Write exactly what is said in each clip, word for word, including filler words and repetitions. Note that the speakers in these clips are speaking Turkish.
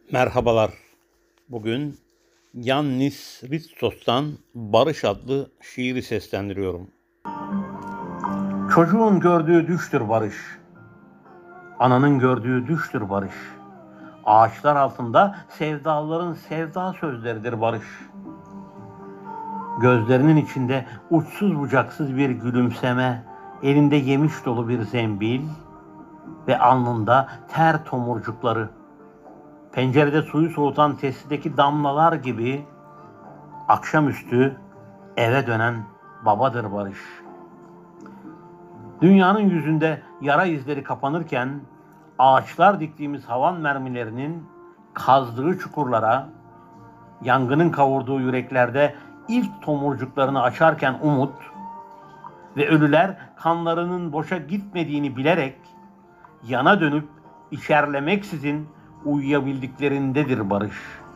Merhabalar. Bugün Yannis Ritsos'tan Barış adlı şiiri seslendiriyorum. Çocuğun gördüğü düştür barış. Ananın gördüğü düştür barış. Ağaçlar altında sevdalıların sevda sözleridir barış. Gözlerinin içinde uçsuz bucaksız bir gülümseme, elinde yemiş dolu bir zembil ve alnında ter tomurcukları. Pencerede suyu soğutan testideki damlalar gibi akşamüstü eve dönen babadır barış. Dünyanın yüzünde yara izleri kapanırken ağaçlar diktiğimiz havan mermilerinin kazdığı çukurlara, yangının kavurduğu yüreklerde ilk tomurcuklarını açarken umut ve ölüler kanlarının boşa gitmediğini bilerek yana dönüp içerlemeksizin uyuyabildiklerindedir barış.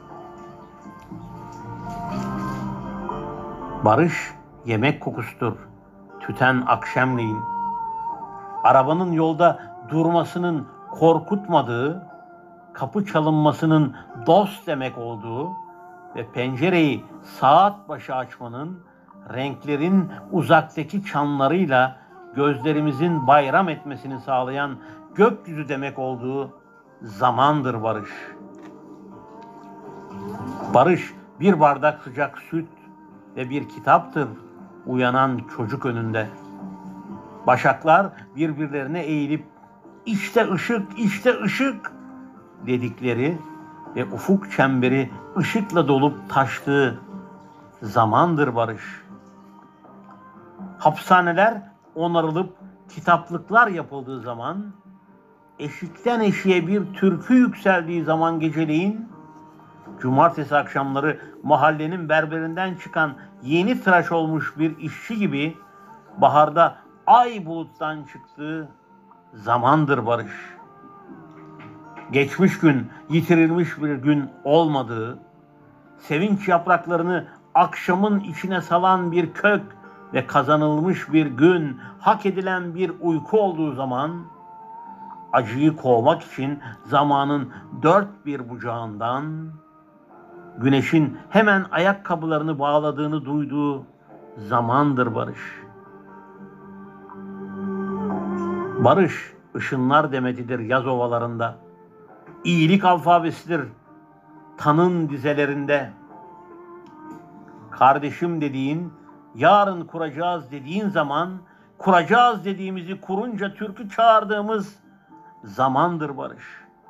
Barış yemek kokusudur, tüten akşamleyin. Arabanın yolda durmasının korkutmadığı, kapı çalınmasının dost demek olduğu ve pencereyi saat başı açmanın renklerin uzaktaki çanlarıyla gözlerimizin bayram etmesini sağlayan gökyüzü demek olduğu zamandır barış. Barış bir bardak sıcak süt ve bir kitaptır uyanan çocuk önünde. Başaklar birbirlerine eğilip işte ışık, işte ışık dedikleri ve ufuk çemberi ışıkla dolup taştığı zamandır barış. Hapishaneler onarılıp kitaplıklar yapıldığı zaman, eşikten eşiğe bir türkü yükseldiği zaman geceleyin, cumartesi akşamları mahallenin berberinden çıkan yeni tıraş olmuş bir işçi gibi baharda ay buluttan çıktığı zamandır barış. Geçmiş gün yitirilmiş bir gün olmadığı, sevinç yapraklarını akşamın içine salan bir kök ve kazanılmış bir gün, hak edilen bir uyku olduğu zaman, acıyı kovmak için zamanın dört bir bucağından, güneşin hemen ayakkabılarını bağladığını duyduğu zamandır barış. Barış ışınlar demetidir yaz ovalarında. İyilik alfabesidir tanın dizelerinde. Kardeşim dediğin, yarın kuracağız dediğin zaman, kuracağız dediğimizi kurunca türkü çağırdığımız zamandır barış.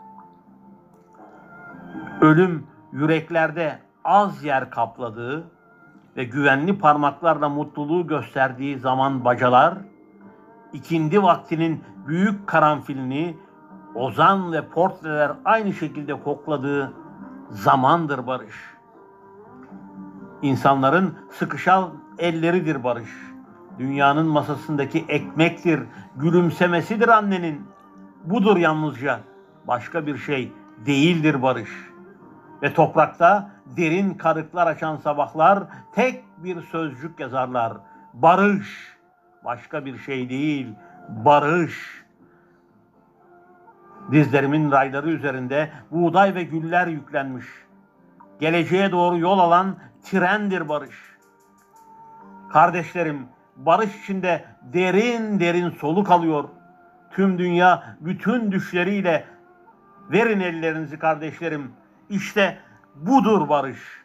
Ölüm yüreklerde az yer kapladığı ve güvenli parmaklarla mutluluğu gösterdiği zaman bacalar, İkindi vaktinin büyük karanfilini ozan ve portreler aynı şekilde kokladığı zamandır barış. İnsanların sıkışan elleridir barış. Dünyanın masasındaki ekmektir, gülümsemesidir annenin. Budur yalnızca, başka bir şey değildir barış. Ve toprakta derin karıklar açan sabahlar tek bir sözcük yazarlar. Barış. Başka bir şey değil, barış. Dizlerimin rayları üzerinde buğday ve güller yüklenmiş. Geleceğe doğru yol alan trendir barış. Kardeşlerim, barış içinde derin derin soluk alıyor. Tüm dünya bütün düşleriyle verin ellerinizi kardeşlerim. İşte budur barış.